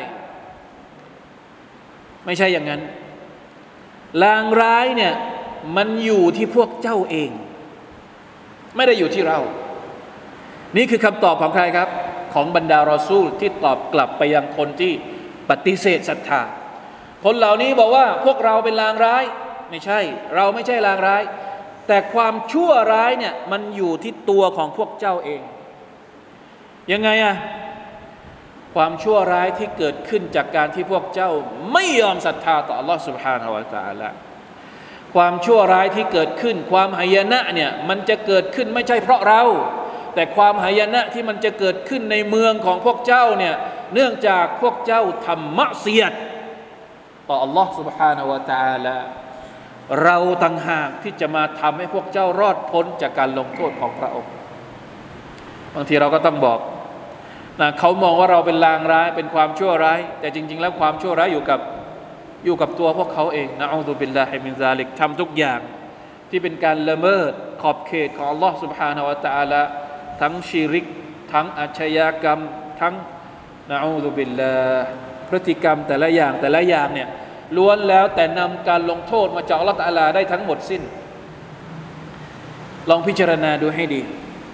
อย่างนั้นลางร้ายเนี่ยมันอยู่ที่พวกเจ้าเองไม่ได้อยู่ที่เรานี่คือคำตอบของใครครับของบรรดารอซูลที่ตอบกลับไปยังคนที่ปฏิเสธศรัทธาคนเหล่านี้บอกว่าพวกเราเป็นลางร้ายไม่ใช่เราไม่ใช่ลางร้ายแต่ความชั่วร้ายเนี่ยมันอยู่ที่ตัวของพวกเจ้าเองยังไงอะความชั่วร้ายที่เกิดขึ้นจากการที่พวกเจ้าไม่ยอมศรัทธาต่อ Allah سبحانه และ تعالى ความชั่วร้ายที่เกิดขึ้นความหายนะเนี่ยมันจะเกิดขึ้นไม่ใช่เพราะเราแต่ความหายนะที่มันจะเกิดขึ้นในเมืองของพวกเจ้าเนี่ยเนื่องจากพวกเจ้าทำมะซียะห์ต่อ Allah سبحانه และ تعالى เราต่างหากที่จะมาทำให้พวกเจ้ารอดพ้นจากการลงโทษของพระองค์บางทีเราก็ต้องบอกนะเขามองว่าเราเป็นลางร้ายเป็นความชั่วร้ายแต่จริงๆแล้วความชั่วร้ายอยู่กับตัวพวกเขาเองนะอูซุบิลลาฮิมินซาลิกทำทุกอย่างที่เป็นการละเมิดขอบเขตของ Allah سبحانه และ تعالى ทั้งชิริกทั้งอาชญากรรมทั้งนะอูซุบิลลาห์พฤติกรรมแต่ละอย่างเนี่ยล้วนแล้วแต่นำการลงโทษมาจากอัลเลาะห์ตะอาลาได้ทั้งหมดสิ้นลองพิจารณาดูให้ดี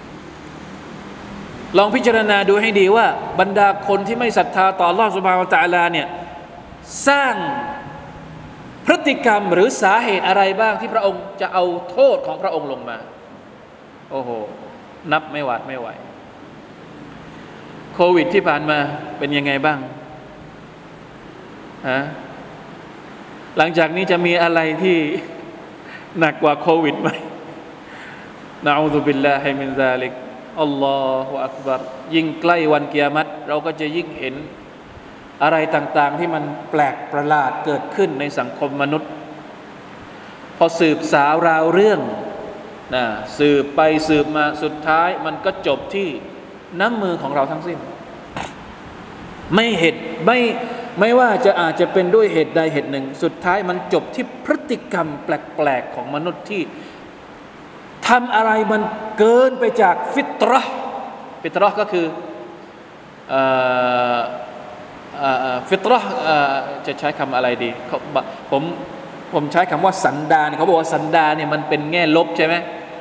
ลองพิจารณาดูให้ดีว่าบรรดาคนที่ไม่ศรัทธาต่ออัลเลาะห์ซุบฮานะฮูวะตะอาลาเนี่ยสร้างพฤติกรรมหรือสาเหตุอะไรบ้างที่พระองค์จะเอาโทษของพระองค์ลงมาโอ้โหนับไม่หวาดไม่ไหวโควิดที่ผ่านมาเป็นยังไงบ้างฮะหลังจากนี้จะมีอะไรที่หนักกว่าโควิดไหมนะอูซุบิลลาฮิมินซาลิกอัลลอฮฺอักบัรยิ่งใกล้วันกิยามะฮ์เราก็จะยิ่งเห็นอะไรต่างๆที่มันแปลกประหลาดเกิดขึ้นในสังคมมนุษย์พอสืบสาวราวเรื่องนะสืบไปสืบมาสุดท้ายมันก็จบที่น้ำมือของเราทั้งสิ้นไม่ว่าจะอาจจะเป็นด้วยเหตุใดเหตุหนึ่งสุดท้ายมันจบที่พฤติกรรมแปลกๆของมนุษย์ที่ทำอะไรมันเกินไปจากฟิตเราะห์ก็คือฟิตเราะห์จะใช้คำอะไรดีผมใช้คำว่าสันดานเขาบอกว่าสันดานเนี่ยมันเป็นแง่ลบใช่ไหม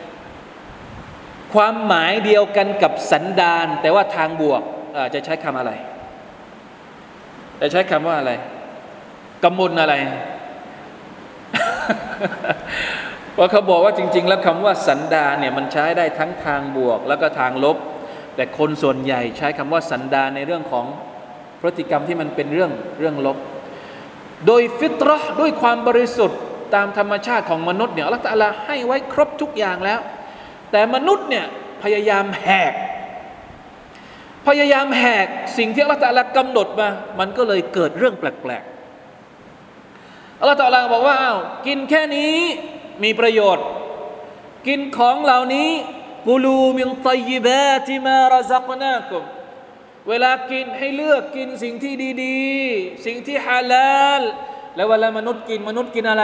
ความหมายเดียวกันกับสันดานแต่ว่าทางบวกจะใช้คำอะไรจะใช้คำว่าอะไรกำมลอะไร เพราะเขาบอกว่าจริงๆแล้วคำว่าสันดานเนี่ยมันใช้ได้ทั้งทางบวกแล้วก็ทางลบแต่คนส่วนใหญ่ใช้คำว่าสันดานในเรื่องของพฤติกรรมที่มันเป็นเรื่องลบโดยฟิตเราะห์ด้วยความบริสุทธิ์ตามธรรมชาติของมนุษย์เนี่ยอัลเลาะห์ตะอาลาให้ไว้ครบทุกอย่างแล้วแต่มนุษย์เนี่ยพยายามแหกสิ่งที่อัลเลาะห์ตะอาลากำหนดมามันก็เลยเกิดเรื่องแปลกๆอัลเลาะห์ตะอาลาบอกว่าอ้าวกินแค่นี้มีประโยชน์กินของเหล่านี้กุลูมินฏอยยิบาติมารซักนากุมเวลากินให้เลือกกินสิ่งที่ดีๆสิ่งที่ฮาลาลแล้วเวลามนุษย์กินอะไร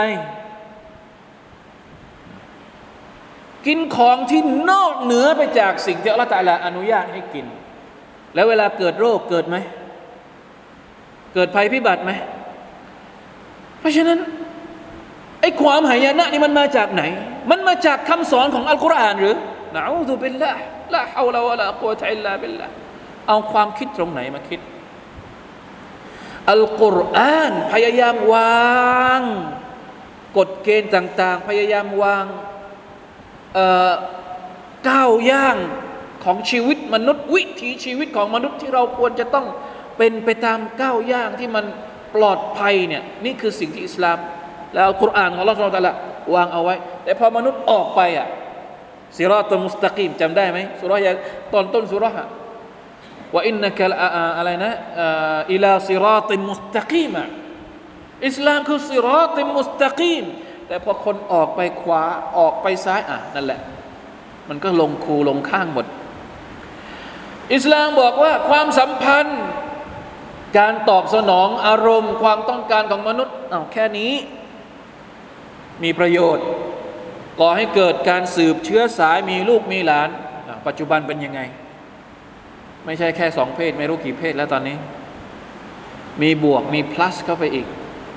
กินของที่นอกเหนือไปจากสิ่งที่อัลเลาะห์ตะอาลาอนุญาตให้กินแล้วเวลาเกิดโรคเกิดไหมเกิดภัยพิบัติไหมเพราะฉะนั้นไอ้ความหายนะนี่มันมาจากไหนมันมาจากคำสอนของอัลกุรอานหรือนะอูซุบิลลาห์ลาฮาวลาวะลากุวะตะอิลลาบิลลาห์เอาความคิดตรงไหนมาคิดอัลกุรอานพยายามวางกฎเกณฑ์ต่างๆพยายามวางก้าวย่างของชีวิตมนุษย์วิถีชีวิตของมนุษย์ที่เราควรจะต้องเป็นไปตามก้าวย่างที่มันปลอดภัยเนี่ยนี่คือสิ่งที่อิสลามแล้วอัลกุรอานของอัลเลาะห์ซุบฮานะฮูวะตะอาลาวางเอาไว้แต่พอมนุษย์ออกไปซิรอตุลมุสตะกีมจำได้ไหมซูเราะห์ต้นซูเราะห์ว่าอินนะกะอะไรนะอิลาซิรอติมุสตะกีมอิสลามคือซิรอติมุสตะกีมแต่พอคนออกไปขวาออกไปซ้ายนั่นแหละมันก็ลงคูลงข้างหมดอิสลามบอกว่าความสัมพันธ์การตอบสนองอารมณ์ความต้องการของมนุษย์แค่นี้มีประโยชน์ก่อให้เกิดการสืบเชื้อสายมีลูกมีหลานปัจจุบันเป็นยังไงไม่ใช่แค่2เพศไม่รู้กี่เพศแล้วตอนนี้มีบวกมี plus เข้าไปอีก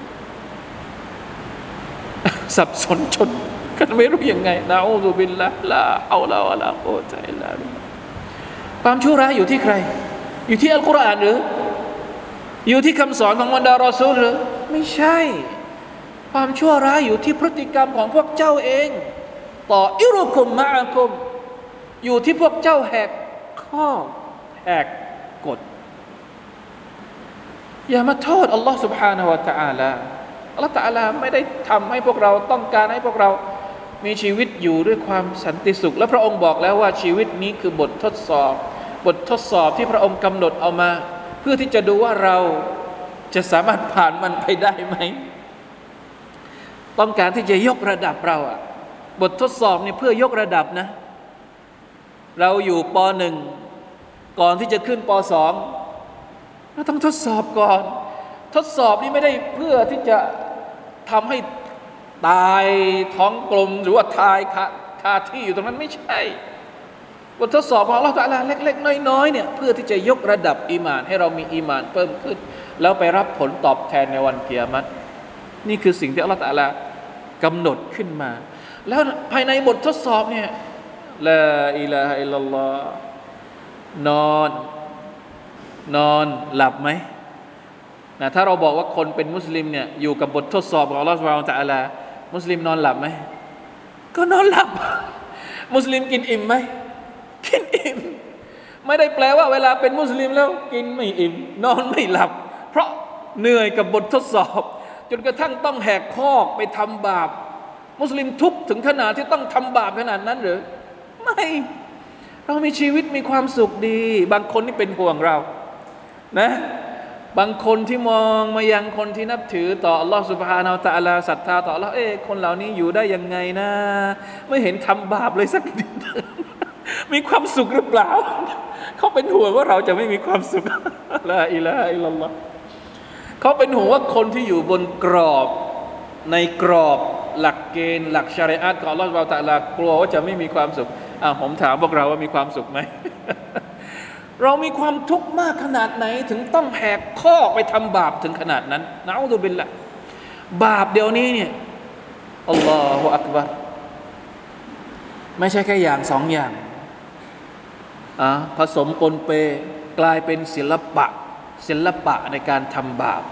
สับสนชนกันไม่รู้ยังไงนะอูซุบิลลาห์ลาฮาวลาวะลากุวะตะอิลลาบิลลาห์ความชั่วร้ายอยู่ที่ใครอยู่ที่อัลกุรอานหรืออยู่ที่คำสอนของบรรดารอซูลหรือไม่ใช่ความชั่วร้ายอยู่ที่พฤติกรรมของพวกเจ้าเองต่ออิรุกุมมะอะกุมอยู่ที่พวกเจ้าแหกข้อแหกกฎอย่ามาโทษอัลลอฮฺ سبحانه และ تعالى อัลลอฮฺ تعالى ไม่ได้ทำให้พวกเราต้องการให้พวกเรามีชีวิตอยู่ด้วยความสันติสุขและพระองค์บอกแล้วว่าชีวิตนี้คือบททดสอบที่พระองค์กำหนดเอามาเพื่อที่จะดูว่าเราจะสามารถผ่านมันไปได้ไหมต้องการที่จะยกระดับเราบททดสอบนี่เพื่อยกระดับนะเราอยู่ป.1 ก่อนที่จะขึ้นป.2เราต้องทดสอบก่อนทดสอบนี่ไม่ได้เพื่อที่จะทำให้ตายท้องกลมหรือว่าตายคาที่อยู่ตรงนั้นไม่ใช่บททดสอบของอัลเลาะห์ตะอาลาเล็กๆน้อยๆเนี่ยเพื่อที่จะยกระดับอีหม่านให้เรามีอีหม่านเพิ่มขึ้นแล้วไปรับผลตอบแทนในวันกิยามะฮ์นี่คือสิ่งที่อัลเลาะห์ตะอาลากำหนดขึ้นมาแล้วภายในบททดสอบเนี่ยลาอิลาฮะอิลลัลลอฮ์นอนหลับไหมนะถ้าเราบอกว่าคนเป็นมุสลิมเนี่ยอยู่กับบททดสอบของอัลเลาะห์ซุบฮานะฮูวะตะอาลามุสลิมนอนหลับไหมก็นอนหลับมุสลิมกินอิ่มไหมกินอิ่มไม่ได้แปลว่าเวลาเป็นมุสลิมแล้วกินไม่อิ่มนอนไม่หลับเพราะเหนื่อยกับบททดสอบจนกระทั่งต้องแหกคอกไปทำบาปมุสลิมทุกข์ถึงขนาดที่ต้องทำบาปขนาดนั้นหรือไม่เรามีชีวิตมีความสุขดีบางคนนี่เป็นห่วงเรานะบางคนที่มองมายังคนที่นับถือต่ออัลลอฮฺซุบฮานาอัลตะอาลาศรัทธาต่ออัลลอฮฺคนเหล่านี้อยู่ได้ยังไงนะไม่เห็นทำบาปเลยสักนิดมีความสุขหรือเปล่าเขาเป็นห่วงว่าเราจะไม่มีความสุขลาอิลาฮะอิลลัลลอฮ์เขาเป็นห่วงว่าคนที่อยู่บนกรอบในกรอบหลักเกณฑ์หลักชะรีอะห์ของอัลลอฮฺซุบฮานะฮูวะตะอาลากลัวว่าจะไม่มีความสุขผมถามพวกเราว่ามีความสุขไหม เรามีความทุกข์มากขนาดไหนถึงต้องแหกข้อไปทำบาปถึงขนาดนั้นนะอูซุบิลละบาปเดี๋ยวนี้เนี่ยอัลลอฮฺอักบัรไม่ใช่แค่อย่างสองอย่างผสมปนเปกลายเป็นศิลปะในการทำบาป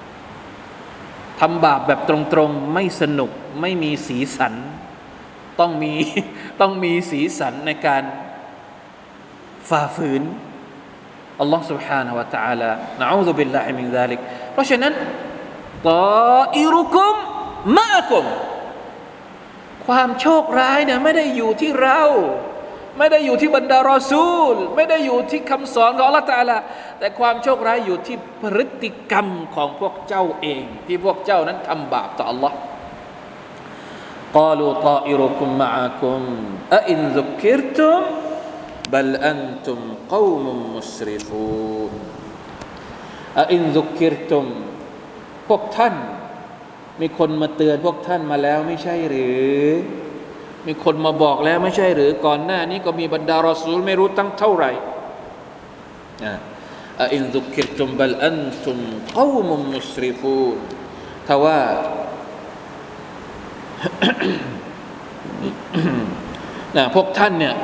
แบบตรงๆไม่สนุกไม่มีสีสันต้องมีสีสันในการฝ่าฝืนอัลลอฮฺ سبحانه และ تعالى นะอูซุบิลลาฮิมินซาลิกเพราะฉะนั้นตออิรุกุมมะอะกุมความโชคร้ายเนี่ยไม่ได้อยู่ที่เราไม่ได้อยู่ที่บรรดารอซูลไม่ได้อยู่ที่คำสอนของอัลเลาะห์ตะอาลาแต่ความโชคร้ายอยู่ที่พฤติกรรมของพวกเจ้าเองที่พวกเจ้านั้นทำบาปต่ออัลลอฮ์กาลูฏออิรุกุมมะอะกุมอะอินซุกกิรตุมบัลอันตุมกอมุมุสริฟูนอะอินซุกกิรตุมพวกท่านมีคนมาเตือนพวกท่านมาแล้วไม่ใช่หรือมีคนมาบอกแล้วไม่ใช่หรือก่อนหน้านี้ก็มีบรรดารอซูลไม่รู้ตั้งเท่าไหร่อินซุกกิรตุมบัลอันตุมกอมุมุสริฟูนถ้าว่า พวกท่านเนี่ย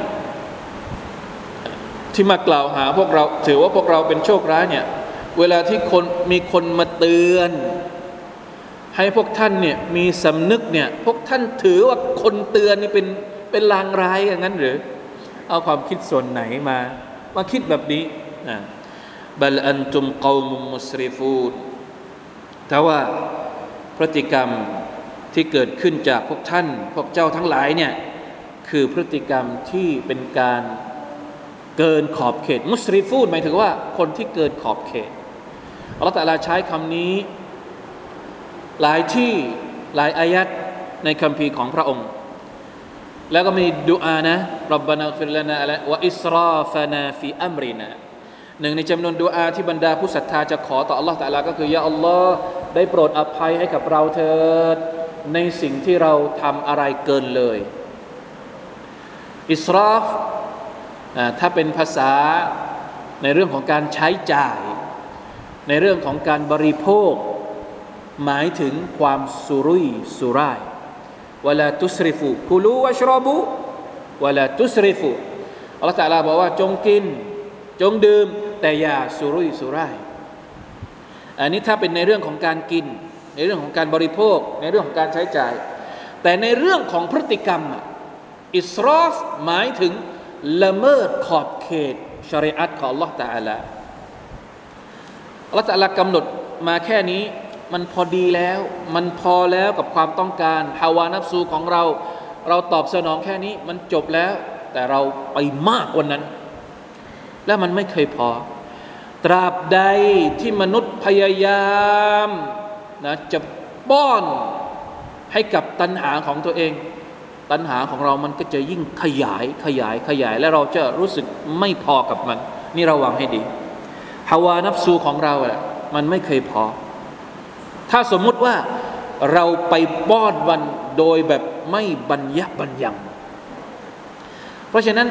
ที่มากล่าวหาพวกเราถือว่าพวกเราเป็นโชคร้ายเนี่ยเวลาที่มีคนมาเตือนให้พวกท่านเนี่ยมีสำนึกเนี่ยพวกท่านถือว่าคนเตือนนี่เป็นลางร้ายอย่างนั้นหรือเอาความคิดส่วนไหนมาคิดแบบนี้บัลอันตุมกอมุมุสริฟูนแต่ว่าพฤติกรรมที่เกิดขึ้นจากพวกท่านพวกเจ้าทั้งหลายเนี่ยคือพฤติกรรมที่เป็นการเกินขอบเขตมุสริฟูนหมายถึงว่าคนที่เกินขอบเขตอัลเลาะห์ตะอาลาใช้คำนี้หลายที่หลายอายัดในคัมภีร์ของพระองค์แล้วก็มีดุอานะร็อบบานาฟิรลานาวะอิสราฟานาฟีอัมรินาหนึ่งในจำนวนดุอาที่บรรดาผู้ศรัทธาจะขอต่ออัลเลาะห์ตะอาลาก็คือยาอัลลอฮ์ได้โปรดอภัยให้กับเราเถิดในสิ่งที่เราทำอะไรเกินเลยอิสราฟถ้าเป็นภาษาในเรื่องของการใช้จ่ายในเรื่องของการบริโภคหมายถึงความสุรุ่ยสุร่ายวะลาตุสริฟูกุลูวัชรอบูวะลาตุสริฟูอัลเลาะห์ตะอาลาบอกว่าจงกินจงดื่มแต่อย่าสุรุ่ยสุร่ายอันนี้ถ้าเป็นในเรื่องของการกินในเรื่องของการบริโภคในเรื่องของการใช้จ่ายแต่ในเรื่องของพฤติกรรมอิสราฟหมายถึงละเมิดขอบเขตชะรีอะห์ของอัลเลาะห์ตะอาลาอัลเลาะห์ตะอาลากำหนดมาแค่นี้มันพอดีแล้วมันพอแล้วกับความต้องการฮาวานัฟซูของเราตอบสนองแค่นี้มันจบแล้วแต่เราไปมากกว่านั้นและมันไม่เคยพอตราบใดที่มนุษย์พยายามจะป้อนให้กับตัณหาของตัวเองตัณหาของเรามันก็จะยิ่งขยายและเราจะรู้สึกไม่พอกับมันนี่ระวังให้ดีฮาวานัฟซูของเรามันไม่เคยพอถ้าสมมุติว่าเราไปป้อนมันโดยแบบไม่บรรยะบรรยังเพราะฉะนั้น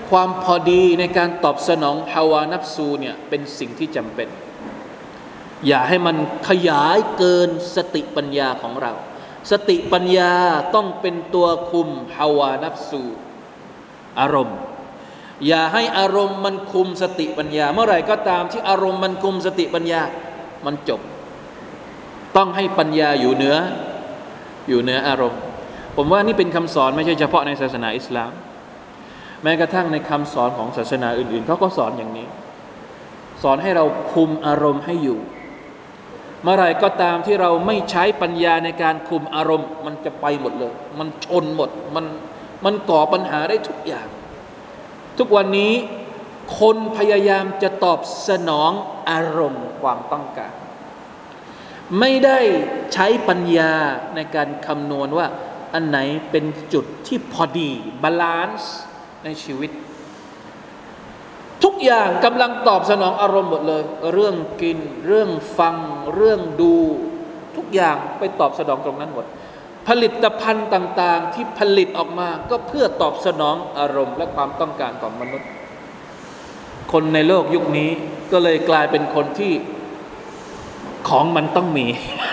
ความพอดีในการตอบสนองฮาวานัฟซูเนี่ยเป็นสิ่งที่จำเป็นอย่าให้มันขยายเกินสติปัญญาของเราสติปัญญาต้องเป็นตัวคุมฮาวานัฟซูอารมณ์อย่าให้อารมณ์มันคุมสติปัญญาเมื่อไหร่ก็ตามที่อารมณ์มันคุมสติปัญญามันจบต้องให้ปัญญาอยู่เหนืออารมณ์ผมว่านี่เป็นคำสอนไม่ใช่เฉพาะในศาสนาอิสลามแม้กระทั่งในคำสอนของศาสนาอื่นๆเขาก็สอนอย่างนี้สอนให้เราคุมอารมณ์ให้อยู่เมื่อไหร่ก็ตามที่เราไม่ใช้ปัญญาในการคุมอารมณ์มันจะไปหมดเลยมันชนหมดมันก่อปัญหาได้ทุกอย่างทุกวันนี้คนพยายามจะตอบสนองอารมณ์ความต้องการไม่ได้ใช้ปัญญาในการคำนวณว่าอันไหนเป็นจุดที่พอดีบาลานซ์ในชีวิตทุกอย่างกำลังตอบสนองอารมณ์หมดเลยเรื่องกินเรื่องฟังเรื่องดูทุกอย่างไปตอบสนองตรงนั้นหมดผลิตภัณฑ์ต่างๆที่ผลิตออกมาก็เพื่อตอบสนองอารมณ์และความต้องการของมนุษย์คนในโลกยุคนี้ก็เลยกลายเป็นคนที่ของมันต้องมี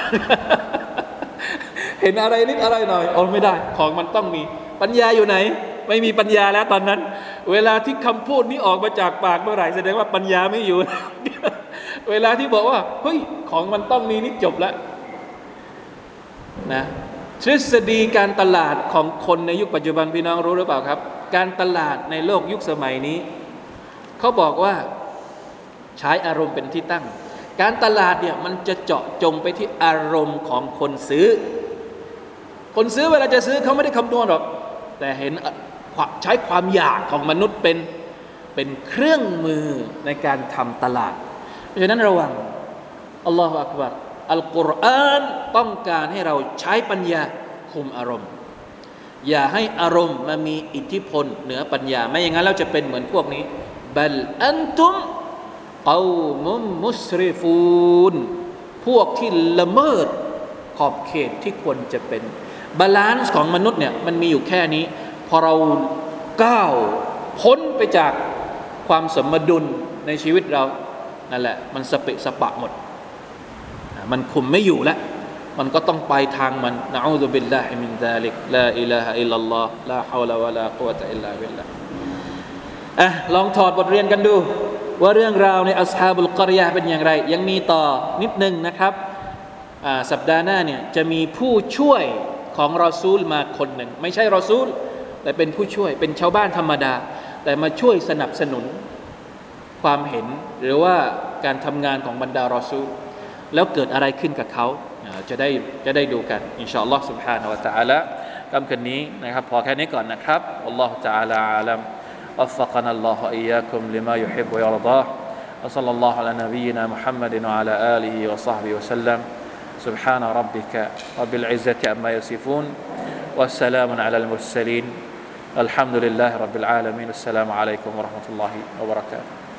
เห็นอะไรนิดอะไรหน่อยโอ้ไม่ได้ของมันต้องมีปัญญาอยู่ไหนไม่มีปัญญาแล้วตอนนั้นเวลาที่คำพูดนี้ออกมาจากปากเมื่อไหร่แสดงว่าปัญญาไม่อยู่ เวลาที่บอกว่าเฮ้ยของมันต้องมีนี่จบแล้วนะทฤษฎีการตลาดของคนในยุคปัจจุบันพี่น้องรู้หรือเปล่าครับการตลาดในโลกยุคสมัยนี้เขาบอกว่าใช้อารมณ์เป็นที่ตั้งการตลาดเนี่ยมันจะเจาะจงไปที่อารมณ์ของคนซื้อเวลาจะซื้อเขาไม่ได้คำนวณหรอกแต่เห็นใช้ความอยากของมนุษย์เป็นเครื่องมือในการทำตลาดเพราะฉะนั้นระวังอัลลอฮฺอักบัรอัลกุรอานต้องการให้เราใช้ปัญญาคุมอารมณ์อย่าให้อารมณ์มามีอิทธิพลเหนือปัญญาไม่อย่างนั้นเราจะเป็นเหมือนพวกนี้บัลอันตุมกอมุมุสริฟูนพวกที่ละเมิดขอบเขตที่ควรจะเป็นบาลานซ์ของมนุษย์เนี่ยมันมีอยู่แค่นี้พอเราก้าวพ้นไปจากความสมดุลในชีวิตเรานั่นแหละมันสเปะสปะหมดมันคุมไม่อยู่แล้วมันก็ต้องไปทางมันนะอูซุบิลลาฮิมินซาลิกลาอิลาฮะอิลลัลลอฮ์ลาฮาวละวะลากุวะตะอิลลาบิลลาห์ลองถอดบทเรียนกันดูว่าเรื่องราวในอัศฮาบุลกอริยะห์เป็นอย่างไรยังมีต่อนิดนึงนะครับสัปดาห์หน้าเนี่ยจะมีผู้ช่วยของรอซูลมาคนหนึ่งไม่ใช่รอซูลแต่เป็นผู้ช่วยเป็นชาวบ้านธรรมดาแต่มาช่วยสนับสนุนความเห็นหรือว่าการทำงานของบรรดารอซูลแล้วเกิดอะไรขึ้นกับเขาจะได้ดูกันอินชาอัลลอฮ์ سبحانه และ تعالى ค่ำคืนนี้นะครับพอแค่นี้ก่อนนะครับอัลลอฮฺ تعالى อาลัมوفقنا الله وإياكم لما يحب ويرضاه وصلى الله على نبينا محمد وعلى آله وصحبه وسلم سبحان ربك رب العزة عما يصفون والسلام على المرسلين الحمد لله رب العالمين السلام عليكم ورحمة الله وبركاته